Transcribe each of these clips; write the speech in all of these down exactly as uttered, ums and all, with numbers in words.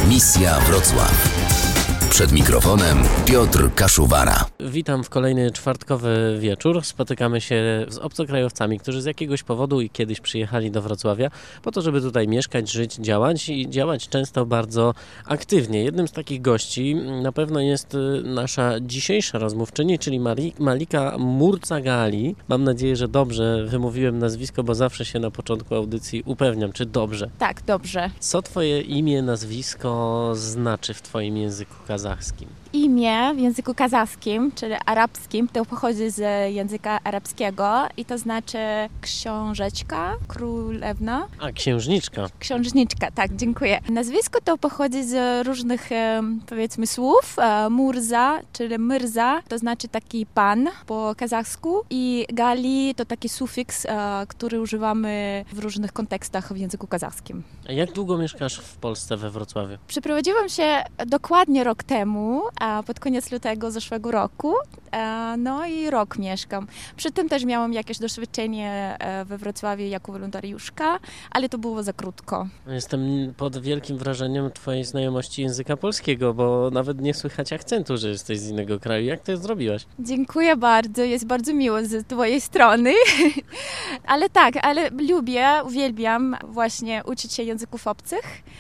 Misja Wrocław. Przed mikrofonem Piotr Kaszuwara. Witam w kolejny czwartkowy wieczór. Spotykamy się z obcokrajowcami, którzy z jakiegoś powodu i kiedyś przyjechali do Wrocławia po to, żeby tutaj mieszkać, żyć, działać i działać często bardzo aktywnie. Jednym z takich gości na pewno jest nasza dzisiejsza rozmówczyni, czyli Malika Murcagali. Mam nadzieję, że dobrze wymówiłem nazwisko, bo zawsze się na początku audycji upewniam, czy dobrze. Tak, dobrze. Co twoje imię, nazwisko znaczy w twoim języku kazachskim? Imię w języku kazachskim, czyli arabskim, to pochodzi z języka arabskiego i to znaczy książeczka, królewna. A, księżniczka. Księżniczka, tak, dziękuję. Nazwisko to pochodzi z różnych, powiedzmy, słów. Murza, czyli Myrza, to znaczy taki pan po kazachsku i Gali to taki sufiks, który używamy w różnych kontekstach w języku kazachskim. A jak długo mieszkasz w Polsce, we Wrocławiu? Przeprowadziłam się dokładnie rok temu, pod koniec lutego zeszłego roku, no i rok mieszkam. Przy tym też miałam jakieś doświadczenie we Wrocławiu jako wolontariuszka, ale to było za krótko. Jestem pod wielkim wrażeniem twojej znajomości języka polskiego, bo nawet nie słychać akcentu, że jesteś z innego kraju. Jak to zrobiłaś? Dziękuję bardzo, jest bardzo miło z twojej strony. Ale tak, ale lubię, uwielbiam właśnie uczyć się języków obcych.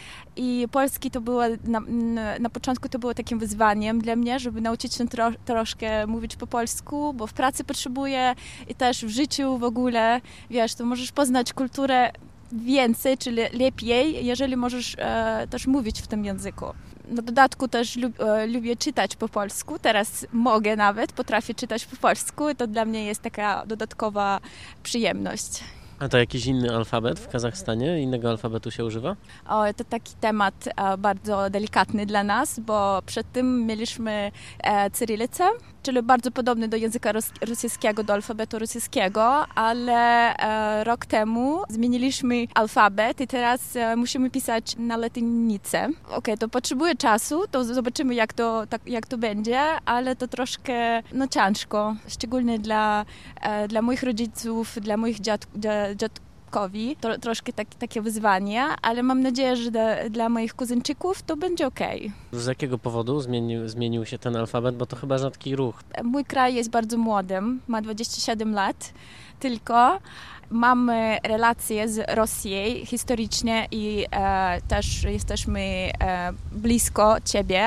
I polski to było, na, na początku to było takim wyzwaniem dla mnie, żeby nauczyć się tro, troszkę mówić po polsku, bo w pracy potrzebuję i też w życiu w ogóle, wiesz, to możesz poznać kulturę więcej, czyli lepiej, jeżeli możesz e, też mówić w tym języku. Na dodatku też lub, e, lubię czytać po polsku, teraz mogę nawet, potrafię czytać po polsku i to dla mnie jest taka dodatkowa przyjemność. A to jakiś inny alfabet w Kazachstanie? Innego alfabetu się używa? O, to taki temat e, bardzo delikatny dla nas, bo przed tym mieliśmy e, cyrylicę, czyli bardzo podobny do języka ros- rosyjskiego, do alfabetu rosyjskiego, ale e, rok temu zmieniliśmy alfabet i teraz e, musimy pisać na latynicę. Okej, okay, to potrzebuje czasu, to zobaczymy jak to, tak, jak to będzie, ale to troszkę no, ciężko, szczególnie dla, e, dla moich rodziców, dla moich dziadków, dziadkowi. To troszkę tak, takie wyzwanie, ale mam nadzieję, że dla, dla moich kuzynczyków to będzie okej. Okay. Z jakiego powodu zmienił, zmienił się ten alfabet? Bo to chyba rzadki ruch. Mój kraj jest bardzo młodym, ma dwadzieścia siedem lat tylko. Mamy relacje z Rosją historycznie i e, też jesteśmy e, blisko ciebie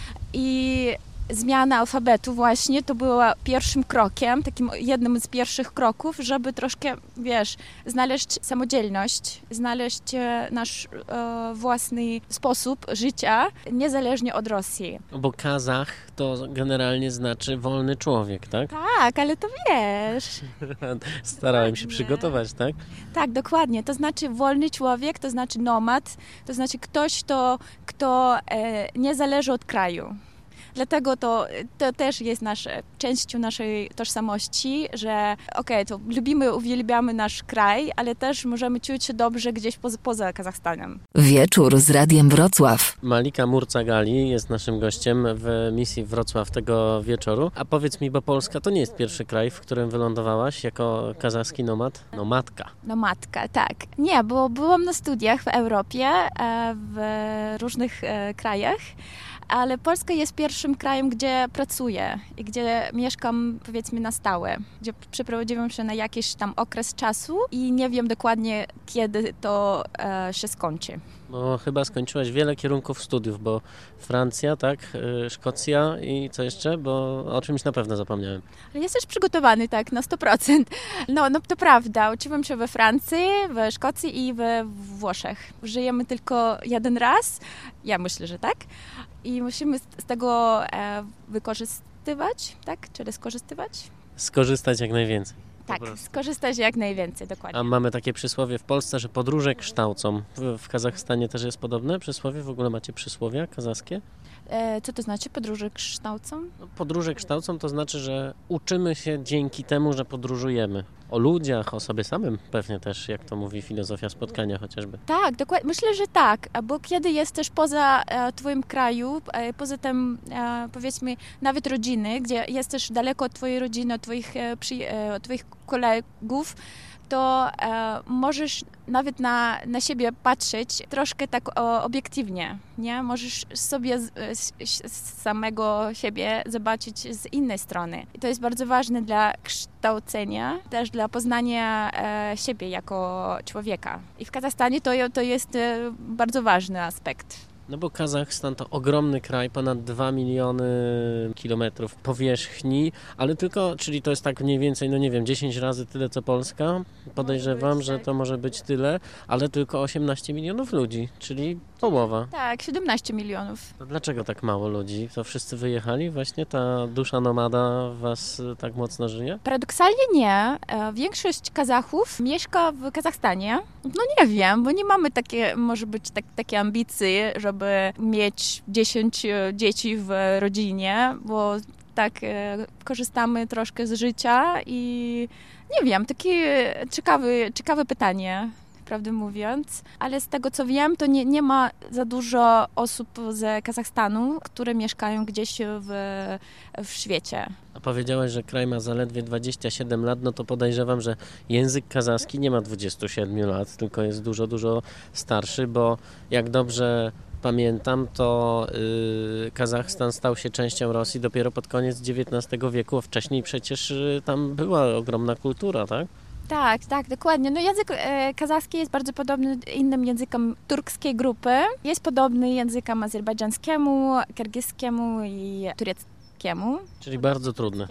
i zmiana alfabetu właśnie to była pierwszym krokiem, takim jednym z pierwszych kroków, żeby troszkę, wiesz, znaleźć samodzielność, znaleźć nasz e, własny sposób życia, niezależnie od Rosji. Bo Kazach to generalnie znaczy wolny człowiek, tak? Tak, ale to wiesz. Starałem się przygotować, tak? Tak, dokładnie. To znaczy wolny człowiek, to znaczy nomad, to znaczy ktoś, kto, kto e, nie zależy od kraju. Dlatego to, to też jest nasz, częścią naszej tożsamości, że okej, okay, to lubimy, uwielbiamy nasz kraj, ale też możemy czuć się dobrze gdzieś poza, poza Kazachstanem. Wieczór z Radiem Wrocław. Malika Murcagali jest naszym gościem w misji Wrocław tego wieczoru. A powiedz mi, bo Polska to nie jest pierwszy kraj, w którym wylądowałaś jako kazachski nomad? Nomadka. Nomadka, tak. Nie, bo byłam na studiach w Europie, w różnych krajach. Ale Polska jest pierwszym krajem, gdzie pracuję i gdzie mieszkam, powiedzmy, na stałe, gdzie przeprowadziłam się na jakiś tam okres czasu i nie wiem dokładnie, kiedy to e, się skończy. Bo chyba skończyłaś wiele kierunków studiów, bo Francja, tak, Szkocja i co jeszcze? Bo o czymś na pewno zapomniałem. Ale jesteś przygotowany, tak, na sto procent. No, no to prawda, uczyłam się we Francji, w Szkocji i we Włoszech. Żyjemy tylko jeden raz, ja myślę, że tak. I musimy z tego e, wykorzystywać, tak? Czyli skorzystywać? Skorzystać jak najwięcej. Tak, skorzystać jak najwięcej, dokładnie. A mamy takie przysłowie w Polsce, że podróże kształcą. W, w Kazachstanie też jest podobne przysłowie? W ogóle macie przysłowia kazachskie? E, co to znaczy podróże kształcą? No, podróże kształcą to znaczy, że uczymy się dzięki temu, że podróżujemy. O ludziach, o sobie samym pewnie też, jak to mówi filozofia spotkania chociażby. Tak, dokładnie. Myślę, że tak, bo kiedy jesteś poza e, twoim kraju, e, poza tym e, powiedzmy nawet rodziny, gdzie jesteś daleko od twojej rodziny, od twoich, e, przy, e, od twoich kolegów, to e, możesz nawet na, na siebie patrzeć troszkę tak o, obiektywnie, nie? Możesz sobie z, z, z samego siebie zobaczyć z innej strony. I to jest bardzo ważne dla kształcenia, też dla poznania e, siebie jako człowieka. I w Kazachstanie to, to jest e, bardzo ważny aspekt. No bo Kazachstan to ogromny kraj, ponad dwa miliony kilometrów powierzchni, ale tylko, czyli to jest tak mniej więcej, no nie wiem, dziesięć razy tyle co Polska. Podejrzewam, że to może być tyle, ale tylko osiemnaście milionów ludzi, czyli połowa. Tak, siedemnaście milionów. To dlaczego tak mało ludzi? To wszyscy wyjechali? Właśnie ta dusza nomada was tak mocno żyje? Paradoksalnie nie. Większość Kazachów mieszka w Kazachstanie. No nie wiem, bo nie mamy takie, może być tak, takie ambicje, żeby mieć dziesięć dzieci w rodzinie, bo tak korzystamy troszkę z życia i nie wiem, takie ciekawe, ciekawe pytanie, prawdę mówiąc, ale z tego co wiem, to nie, nie ma za dużo osób z Kazachstanu, które mieszkają gdzieś w, w świecie. A powiedziałaś, że kraj ma zaledwie dwadzieścia siedem lat, no to podejrzewam, że język kazachski nie ma dwadzieścia siedem lat, tylko jest dużo, dużo starszy, bo jak dobrze pamiętam, to yy, Kazachstan stał się częścią Rosji dopiero pod koniec dziewiętnastego wieku, a wcześniej przecież yy, tam była ogromna kultura, tak? Tak, tak, dokładnie. No język e, kazachski jest bardzo podobny innym językom turkskiej grupy. Jest podobny językom azerbejdżańskiemu, kirgiskiemu i tureckiemu. Czyli bardzo trudny.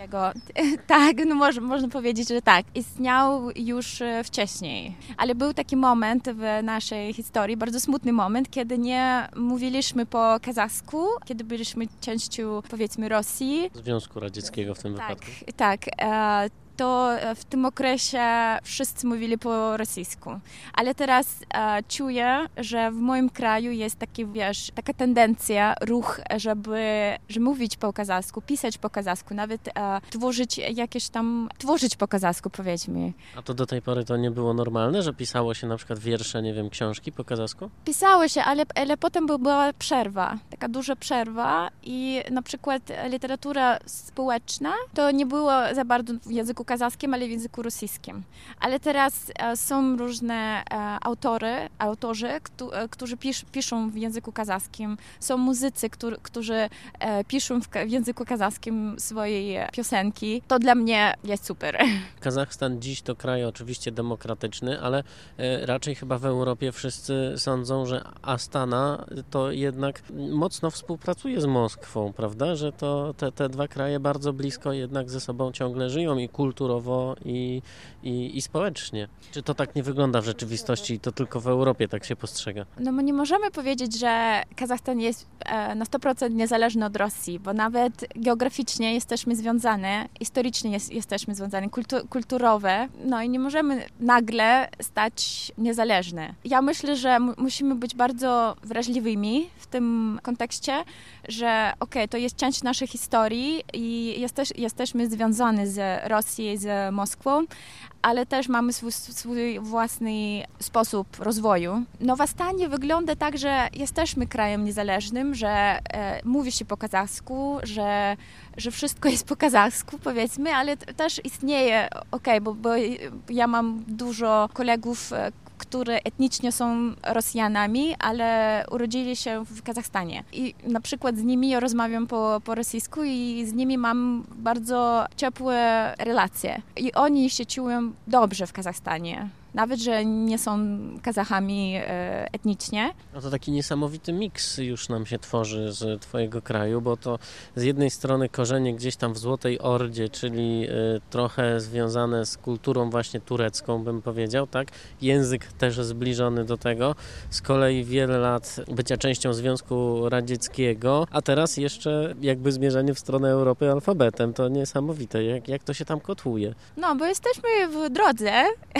Tak, no może, można powiedzieć, że tak. Istniał już wcześniej. Ale był taki moment w naszej historii, bardzo smutny moment, kiedy nie mówiliśmy po kazachsku, kiedy byliśmy częścią, powiedzmy, Rosji. Związku Radzieckiego w tym tak, wypadku. Tak, e, to w tym okresie wszyscy mówili po rosyjsku. Ale teraz e, czuję, że w moim kraju jest taki, wiesz, taka tendencja, ruch, żeby, żeby mówić po kazachsku, pisać po kazachsku, nawet e, tworzyć jakieś tam, tworzyć po kazachsku, powiedzmy. A to do tej pory to nie było normalne, że pisało się na przykład wiersze, nie wiem, książki po kazachsku? Pisało się, ale, ale potem była przerwa, taka duża przerwa i na przykład literatura społeczna to nie było za bardzo w języku kazachskim, ale w języku rosyjskim. Ale teraz e, są różne e, autory, autorzy, kto, e, którzy pisz, piszą w języku kazachskim. Są muzycy, którzy, którzy e, piszą w, w języku kazachskim swoje piosenki. To dla mnie jest super. Kazachstan dziś to kraj oczywiście demokratyczny, ale e, raczej chyba w Europie wszyscy sądzą, że Astana to jednak mocno współpracuje z Moskwą, prawda? Że to te, te dwa kraje bardzo blisko jednak ze sobą ciągle żyją i kulturowo i, i, i społecznie. Czy to tak nie wygląda w rzeczywistości i to tylko w Europie tak się postrzega? No my nie możemy powiedzieć, że Kazachstan jest e, na sto procent niezależny od Rosji, bo nawet geograficznie jesteśmy związane, historycznie jest, jesteśmy związani, kultu, kulturowe, no i nie możemy nagle stać niezależne. Ja myślę, że m- musimy być bardzo wrażliwymi w tym kontekście, że okej, okay, to jest część naszej historii i jesteś, jesteśmy związani z Rosją, z Moskwą, ale też mamy swój, swój własny sposób rozwoju. Nowa Stanie wygląda tak, że jesteśmy krajem niezależnym, że e, mówi się po kazachsku, że, że wszystko jest po kazachsku, powiedzmy, ale t- też istnieje, okej, okay, bo, bo ja mam dużo kolegów, e, które etnicznie są Rosjanami, ale urodzili się w Kazachstanie. I na przykład z nimi ja rozmawiam po, po rosyjsku i z nimi mam bardzo ciepłe relacje. I oni się czują dobrze w Kazachstanie. Nawet, że nie są Kazachami e, etnicznie. No to taki niesamowity miks już nam się tworzy z twojego kraju, bo to z jednej strony korzenie gdzieś tam w Złotej Ordzie, czyli y, trochę związane z kulturą właśnie turecką, bym powiedział, tak? Język też zbliżony do tego. Z kolei wiele lat bycia częścią Związku Radzieckiego, a teraz jeszcze jakby zmierzanie w stronę Europy alfabetem. To niesamowite. Jak, jak to się tam kotłuje? No, bo jesteśmy w drodze.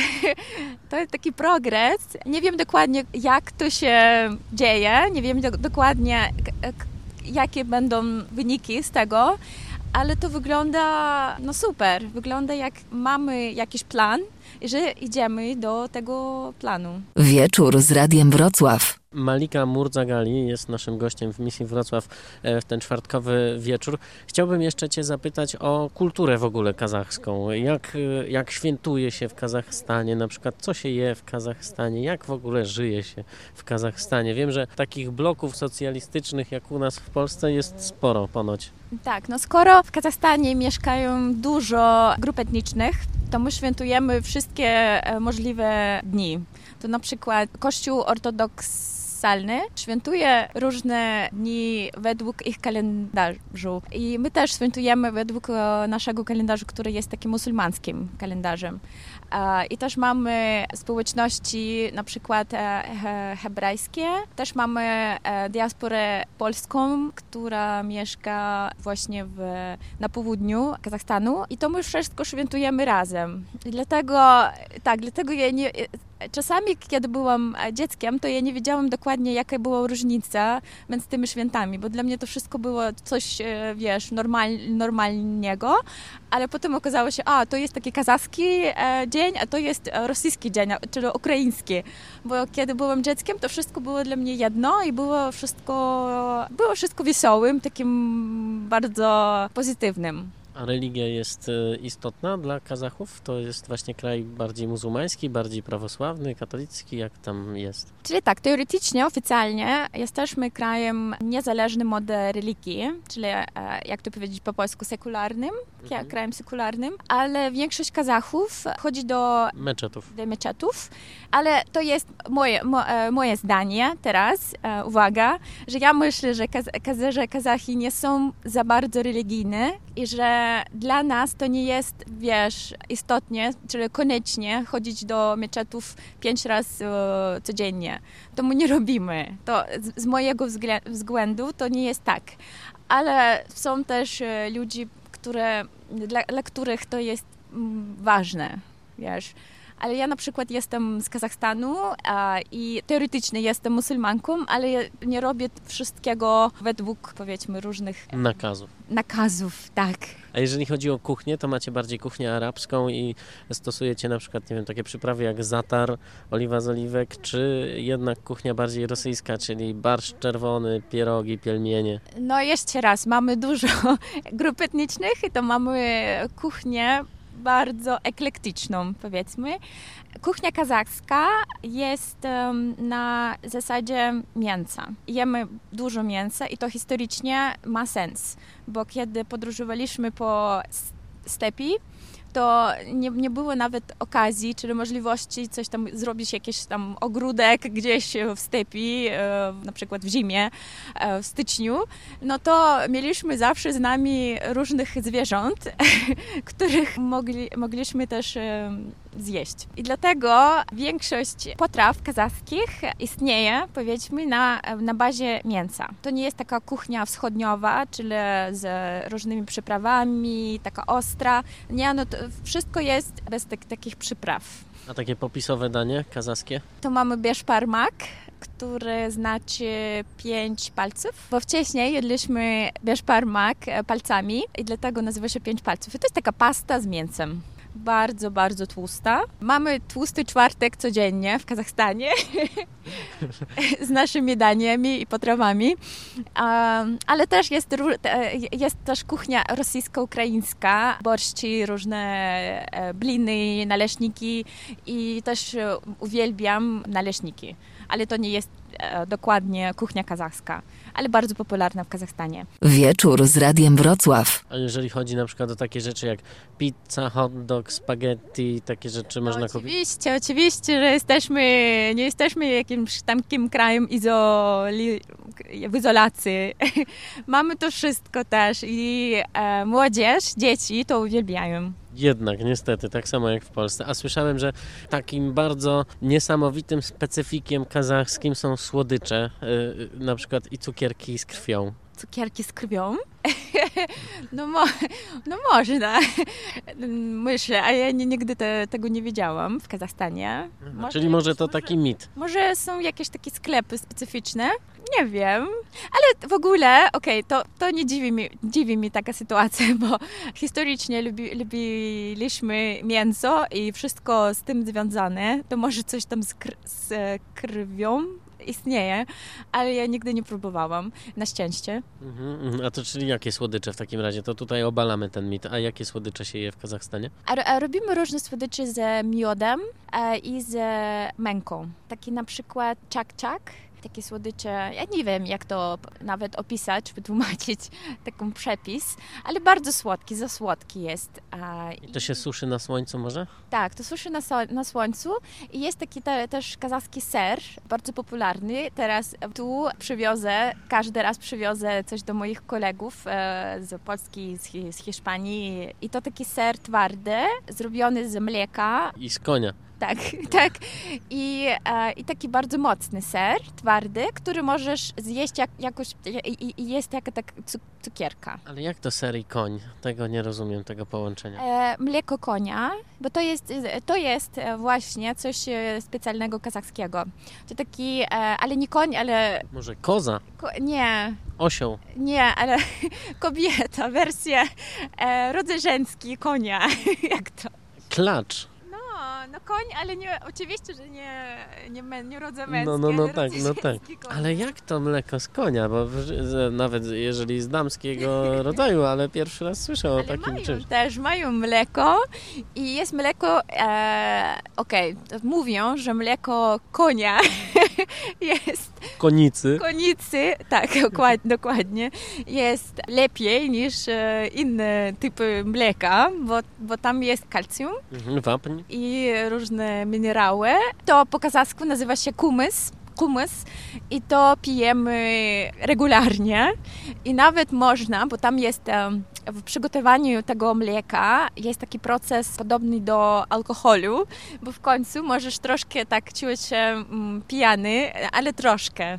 To jest taki progres. Nie wiem dokładnie, jak to się dzieje. Nie wiem do, dokładnie, k- k- jakie będą wyniki z tego, ale to wygląda no super. Wygląda jak mamy jakiś plan i że idziemy do tego planu. Wieczór z Radiem Wrocław. Malika Murdzagali jest naszym gościem w Misji Wrocław w ten czwartkowy wieczór. Chciałbym jeszcze Cię zapytać o kulturę w ogóle kazachską. Jak, jak świętuje się w Kazachstanie, na przykład co się je w Kazachstanie, jak w ogóle żyje się w Kazachstanie? Wiem, że takich bloków socjalistycznych jak u nas w Polsce jest sporo ponoć. Tak, no skoro w Kazachstanie mieszkają dużo grup etnicznych, to my świętujemy wszystkie możliwe dni. To na przykład Kościół ortodoksalny świętuje różne dni według ich kalendarzu. I my też świętujemy według naszego kalendarza, który jest takim muzułmańskim kalendarzem. I też mamy społeczności na przykład hebrajskie. Też mamy diasporę polską, która mieszka właśnie w, na południu Kazachstanu. I to my wszystko świętujemy razem. I dlatego, tak, dlatego ja nie... Czasami, kiedy byłam dzieckiem, to ja nie wiedziałam dokładnie, jaka była różnica między tymi świętami, bo dla mnie to wszystko było coś, wiesz, normal, normalnego, ale potem okazało się, a to jest taki kazachski dzień, a to jest rosyjski dzień, czyli ukraiński, bo kiedy byłam dzieckiem, to wszystko było dla mnie jedno i było wszystko, było wszystko wesołym, takim bardzo pozytywnym. A religia jest istotna dla Kazachów? To jest właśnie kraj bardziej muzułmański, bardziej prawosławny, katolicki? Jak tam jest? Czyli tak, teoretycznie, oficjalnie jesteśmy krajem niezależnym od religii, czyli jak to powiedzieć po polsku, sekularnym, mhm. krajem sekularnym, ale większość Kazachów chodzi do meczetów. Do meczetów, ale to jest moje, mo, moje zdanie teraz, uwaga, że ja myślę, że, kaz, że Kazachy nie są za bardzo religijne i że dla nas to nie jest, wiesz, istotnie, czyli koniecznie chodzić do meczetów pięć razy e, codziennie. To my nie robimy. To z, z mojego względu to nie jest tak. Ale są też e, ludzie, które, dla, dla których to jest m, ważne, wiesz. Ale ja na przykład jestem z Kazachstanu a, i teoretycznie jestem muzułmanką, ale ja nie robię wszystkiego według, powiedzmy, różnych nakazów. Nakazów, tak. A jeżeli chodzi o kuchnię, to macie bardziej kuchnię arabską i stosujecie na przykład, nie wiem, takie przyprawy jak zatar, oliwa z oliwek, czy jednak kuchnia bardziej rosyjska, czyli barszcz czerwony, pierogi, pielmienie? No jeszcze raz, mamy dużo grup etnicznych i to mamy kuchnię bardzo eklektyczną, powiedzmy. Kuchnia kazachska jest um, na zasadzie mięsa. Jemy dużo mięsa i to historycznie ma sens, bo kiedy podróżowaliśmy po stepie, to nie, nie było nawet okazji, czyli możliwości coś tam zrobić, jakiś tam ogródek gdzieś w stepie, na przykład w zimie, w styczniu, no to mieliśmy zawsze z nami różnych zwierząt, których mogli, mogliśmy też zjeść. I dlatego większość potraw kazachskich istnieje, powiedzmy, na, na bazie mięsa. To nie jest taka kuchnia wschodniowa, czyli z różnymi przyprawami, taka ostra. Nie, no to wszystko jest bez tak, takich przypraw. A takie popisowe danie kazachskie? To mamy bierzparmak, który znaczy pięć palców, bo wcześniej jedliśmy bierzparmak palcami i dlatego nazywa się pięć palców. I to jest taka pasta z mięsem. Bardzo, bardzo tłusta. Mamy tłusty czwartek codziennie w Kazachstanie z naszymi daniami i potrawami, um, ale też jest, jest też kuchnia rosyjsko-ukraińska, borści, różne bliny, naleśniki i też uwielbiam naleśniki, ale to nie jest dokładnie kuchnia kazachska, ale bardzo popularna w Kazachstanie. Wieczór z Radiem Wrocław. A jeżeli chodzi na przykład o takie rzeczy jak pizza, hot dog, spaghetti, takie rzeczy no można kupić? Oczywiście, oczywiście, że jesteśmy, nie jesteśmy jakimś takim krajem izoli, w izolacji. Mamy to wszystko też i e, młodzież, dzieci to uwielbiają. Jednak, niestety, tak samo jak w Polsce. A słyszałem, że takim bardzo niesamowitym specyfikiem kazachskim są słodycze, yy, na przykład i cukierki z krwią. Cukierki z krwią? No, mo- no można, myślę, a ja nigdy te, tego nie wiedziałam w Kazachstanie. Może Czyli może to taki mit? Może są jakieś takie sklepy specyficzne? Nie wiem, ale w ogóle, okej, okay, to, to nie dziwi mi, dziwi mi taka sytuacja, bo historycznie lubi, lubiliśmy mięso i wszystko z tym związane, to może coś tam z, kr- z krwią istnieje, ale ja nigdy nie próbowałam, na szczęście. Mhm. A to czyli jakie słodycze w takim razie? To tutaj obalamy ten mit. A jakie słodycze się je w Kazachstanie? A, a robimy różne słodycze z miodem e, i z męką. Taki na przykład czak-czak. Takie słodycze, ja nie wiem jak to nawet opisać, wytłumaczyć taką przepis, ale bardzo słodki, za słodki jest. I to się suszy na słońcu może? Tak, to suszy na, na słońcu i jest taki te, też kazachski ser, bardzo popularny. Teraz tu przywiozę, każdy raz przywiozę coś do moich kolegów e, z Polski, z, z Hiszpanii i to taki ser twardy, zrobiony z mleka. I z konia. Tak, tak. I, e, I taki bardzo mocny ser, twardy, który możesz zjeść jak, jakoś, i, i jest jaka tak cukierka. Ale jak to ser i koń? Tego nie rozumiem, tego połączenia. E, mleko konia, bo to jest, to jest właśnie coś specjalnego kazachskiego. To taki, e, ale nie koń, ale... Może koza? Ko, nie. Osioł? Nie, ale kobieta, wersja e, rodzaj żeński konia. Jak to? Klacz. No koń, ale nie, oczywiście, że nie, nie, nie rodza męskie. No, no, no tak, no tak. Koń. Ale jak to mleko z konia? Bo nawet jeżeli z damskiego rodzaju, ale pierwszy raz słyszę o ale takim mają, czymś. Też mają mleko i jest mleko, e, okej, okay, mówią, że mleko konia jest... Konicy. Konicy, tak, dokładnie, dokładnie. Jest lepiej niż e, inne typy mleka, bo, bo tam jest kalcjum. Mhm, wapń. I różne minerały. To po kazachsku nazywa się kumys. Kumys i to pijemy regularnie i nawet można, bo tam jest w przygotowaniu tego mleka jest taki proces podobny do alkoholu, bo w końcu możesz troszkę tak czuć się mm, pijany, ale troszkę.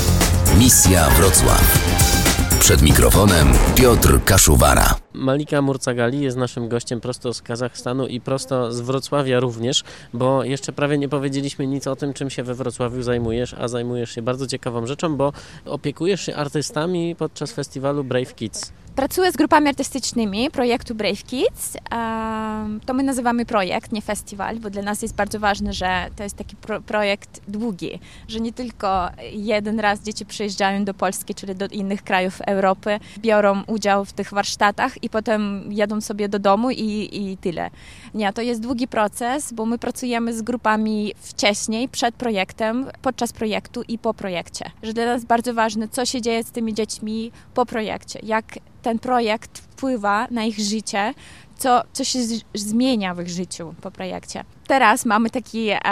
Misja Wrocław. Przed mikrofonem Piotr Kaszuwara. Malika Murcagali jest naszym gościem prosto z Kazachstanu i prosto z Wrocławia również, bo jeszcze prawie nie powiedzieliśmy nic o tym, czym się we Wrocławiu zajmujesz, a zajmujesz się bardzo ciekawą rzeczą, bo opiekujesz się artystami podczas festiwalu Brave Kids. Pracuję z grupami artystycznymi projektu Brave Kids. To my nazywamy projekt, nie festiwal, bo dla nas jest bardzo ważne, że to jest taki pro- projekt długi, że nie tylko jeden raz dzieci przyjeżdżają do Polski, czyli do innych krajów Europy, biorą udział w tych warsztatach i potem jadą sobie do domu i, i tyle. Nie, to jest długi proces, bo my pracujemy z grupami wcześniej, przed projektem, podczas projektu i po projekcie. Że dla nas bardzo ważne, co się dzieje z tymi dziećmi po projekcie, jak ten projekt wpływa na ich życie, co, co się z, zmienia w ich życiu po projekcie. Teraz mamy taki e,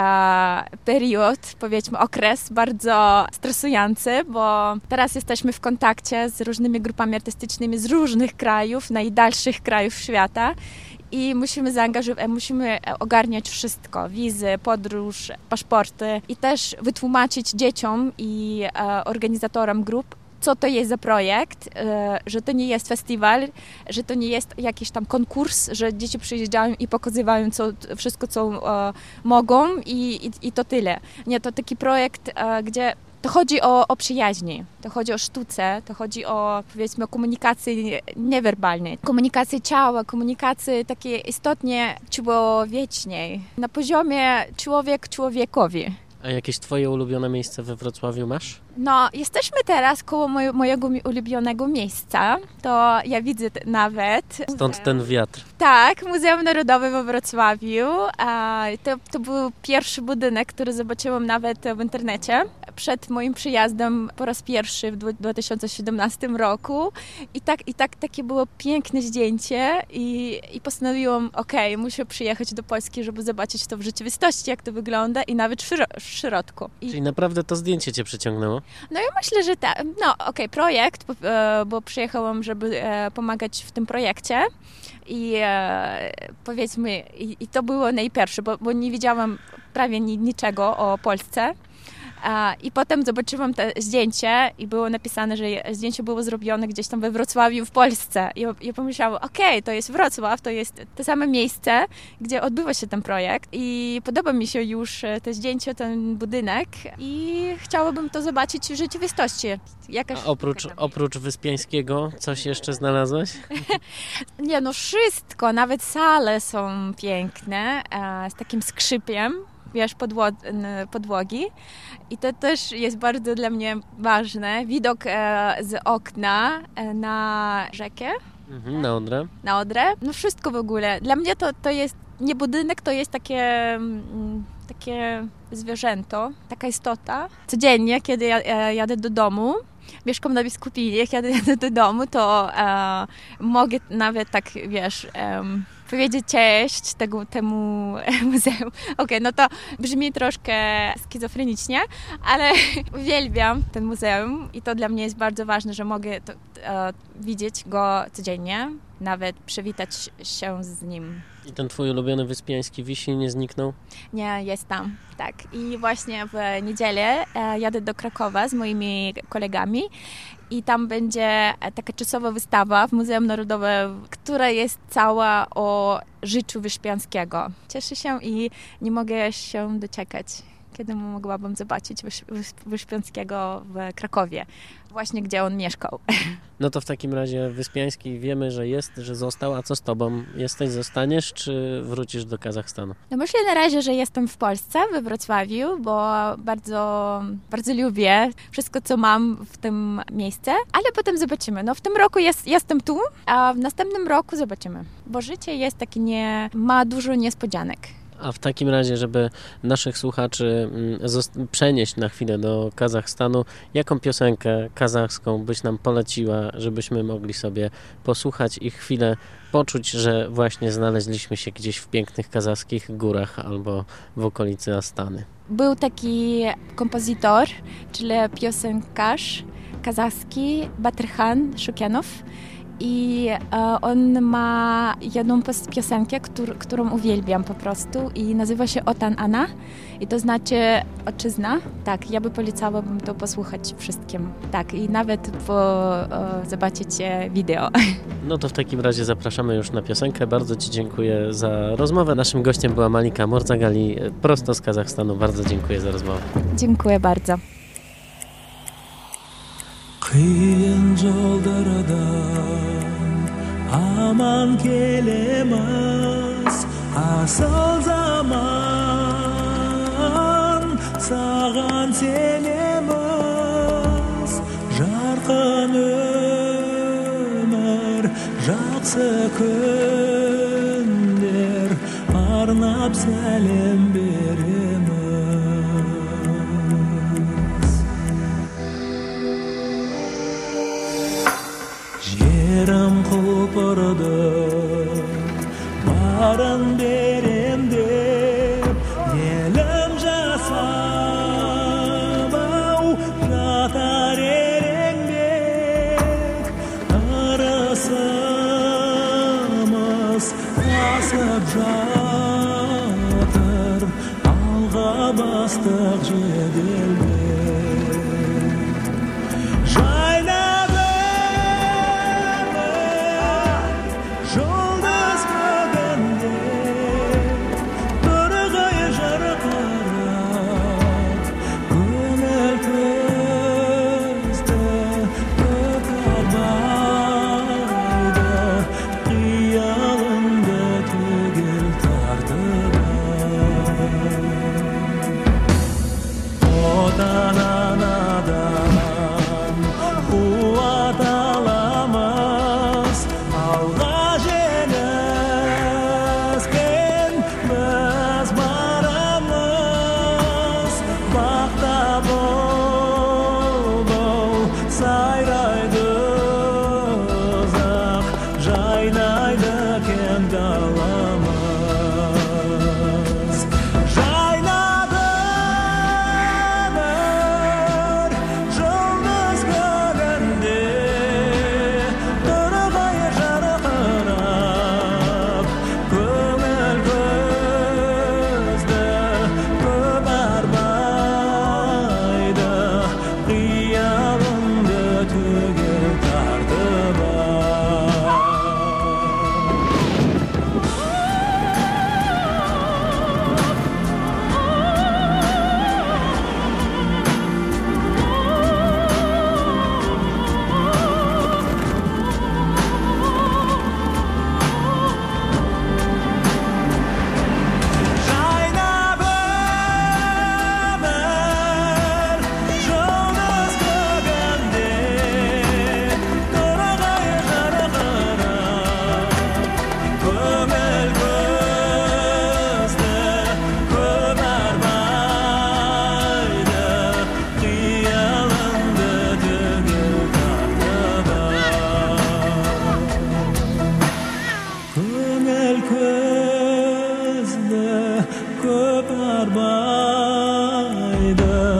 period, powiedzmy okres bardzo stresujący, bo teraz jesteśmy w kontakcie z różnymi grupami artystycznymi z różnych krajów, najdalszych krajów świata i musimy zaangażować, musimy ogarniać wszystko, wizy, podróż, paszporty i też wytłumaczyć dzieciom i e, organizatorom grup, co to jest za projekt, że to nie jest festiwal, że to nie jest jakiś tam konkurs, że dzieci przyjeżdżają i pokazywają co, wszystko, co mogą i, i, i to tyle. Nie, to taki projekt, gdzie to chodzi o, o przyjaźni, to chodzi o sztuce, to chodzi o, powiedzmy, o komunikację niewerbalnej, komunikację ciała, komunikację takiej istotnie człowiecznej, na poziomie człowiek człowiekowi. A jakieś twoje ulubione miejsce we Wrocławiu masz? No, jesteśmy teraz koło moj- mojego ulubionego miejsca. To ja widzę nawet. Stąd ten wiatr. Tak, Muzeum Narodowe we Wrocławiu. A to, to był pierwszy budynek, który zobaczyłam nawet w internecie przed moim przyjazdem po raz pierwszy w dwa tysiące siedemnastym roku. I tak, i tak takie było piękne zdjęcie i, i postanowiłam, okej, okay, muszę przyjechać do Polski, żeby zobaczyć to w rzeczywistości, jak to wygląda i nawet w, śro- w środku. I... Czyli naprawdę to zdjęcie cię przyciągnęło? No ja myślę, że tak. No okej, okay, projekt, bo, bo przyjechałam, żeby pomagać w tym projekcie i e, powiedzmy, i, i to było najpierwsze, bo, bo nie wiedziałam prawie ni, niczego o Polsce. I potem zobaczyłam to zdjęcie i było napisane, że zdjęcie było zrobione gdzieś tam we Wrocławiu w Polsce. I ja pomyślałam, okej, okay, to jest Wrocław, to jest to same miejsce, gdzie odbywa się ten projekt. I podoba mi się już to zdjęcie, ten budynek i chciałabym to zobaczyć w rzeczywistości. Jakaś A oprócz, oprócz Wyspiańskiego coś jeszcze znalazłaś? Nie, no wszystko, nawet sale są piękne, z takim skrzypiem. wiesz, podło- podłogi. I to też jest bardzo dla mnie ważne. Widok e, z okna e, na rzekę. Mhm, na Odrę. Na Odrę. No wszystko w ogóle. Dla mnie to, to jest, nie budynek, to jest takie, mm, takie zwierzęto, taka istota. Codziennie, kiedy ja, e, jadę do domu, mieszkam na Biskupinie, kiedy jadę do domu, to e, mogę nawet tak, wiesz, e, powiedzieć cześć tego, temu muzeum. Okej, okay, no to brzmi troszkę schizofrenicznie, ale uwielbiam ten muzeum i to dla mnie jest bardzo ważne, że mogę to, e, widzieć go codziennie, nawet przywitać się z nim. I ten twój ulubiony Wyspiański wisi, nie zniknął? Nie, jest tam, tak. I właśnie w niedzielę e, jadę do Krakowa z moimi kolegami i tam będzie taka czasowa wystawa w Muzeum Narodowym, która jest cała o życiu Wyspiańskiego. Cieszę się i nie mogę się doczekać, kiedy mogłabym zobaczyć Wyspiańskiego w Krakowie, właśnie gdzie on mieszkał. No to w takim razie Wyspiański wiemy, że jest, że został, a co z tobą? Jesteś, zostaniesz, czy wrócisz do Kazachstanu? No myślę na razie, że jestem w Polsce, we Wrocławiu, bo bardzo, bardzo lubię wszystko, co mam w tym miejscu, ale potem zobaczymy. No w tym roku jest, jestem tu, a w następnym roku zobaczymy, bo życie jest takie nie, ma dużo niespodzianek. A w takim razie, żeby naszych słuchaczy zost- przenieść na chwilę do Kazachstanu, jaką piosenkę kazachską byś nam poleciła, żebyśmy mogli sobie posłuchać i chwilę poczuć, że właśnie znaleźliśmy się gdzieś w pięknych kazachskich górach albo w okolicy Astany? Był taki kompozytor, czyli piosenkarz kazachski Batyrkhan Shukenov. I on ma jedną piosenkę, któr, którą uwielbiam po prostu i nazywa się Otan Ana i to znaczy ojczyzna. Tak, ja by polecałabym to posłuchać wszystkim. Tak, i nawet po, o, zobaczyć wideo. No to w takim razie zapraszamy już na piosenkę. Bardzo Ci dziękuję za rozmowę. Naszym gościem była Malika Morzagali, prosto z Kazachstanu. Bardzo dziękuję za rozmowę. Dziękuję bardzo. Kıyın yollardan aman gelemez asıl zaman sağan senemiz jarqın ömür жақсы күндер арнап сәлем береміз. Жерім құлпырды барын берем деп елім жасап ау жатар ереңдек ырысымыз тасып жатыр алға бастық жеделдеп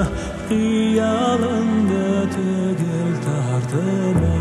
Kıyalında tügül tartıma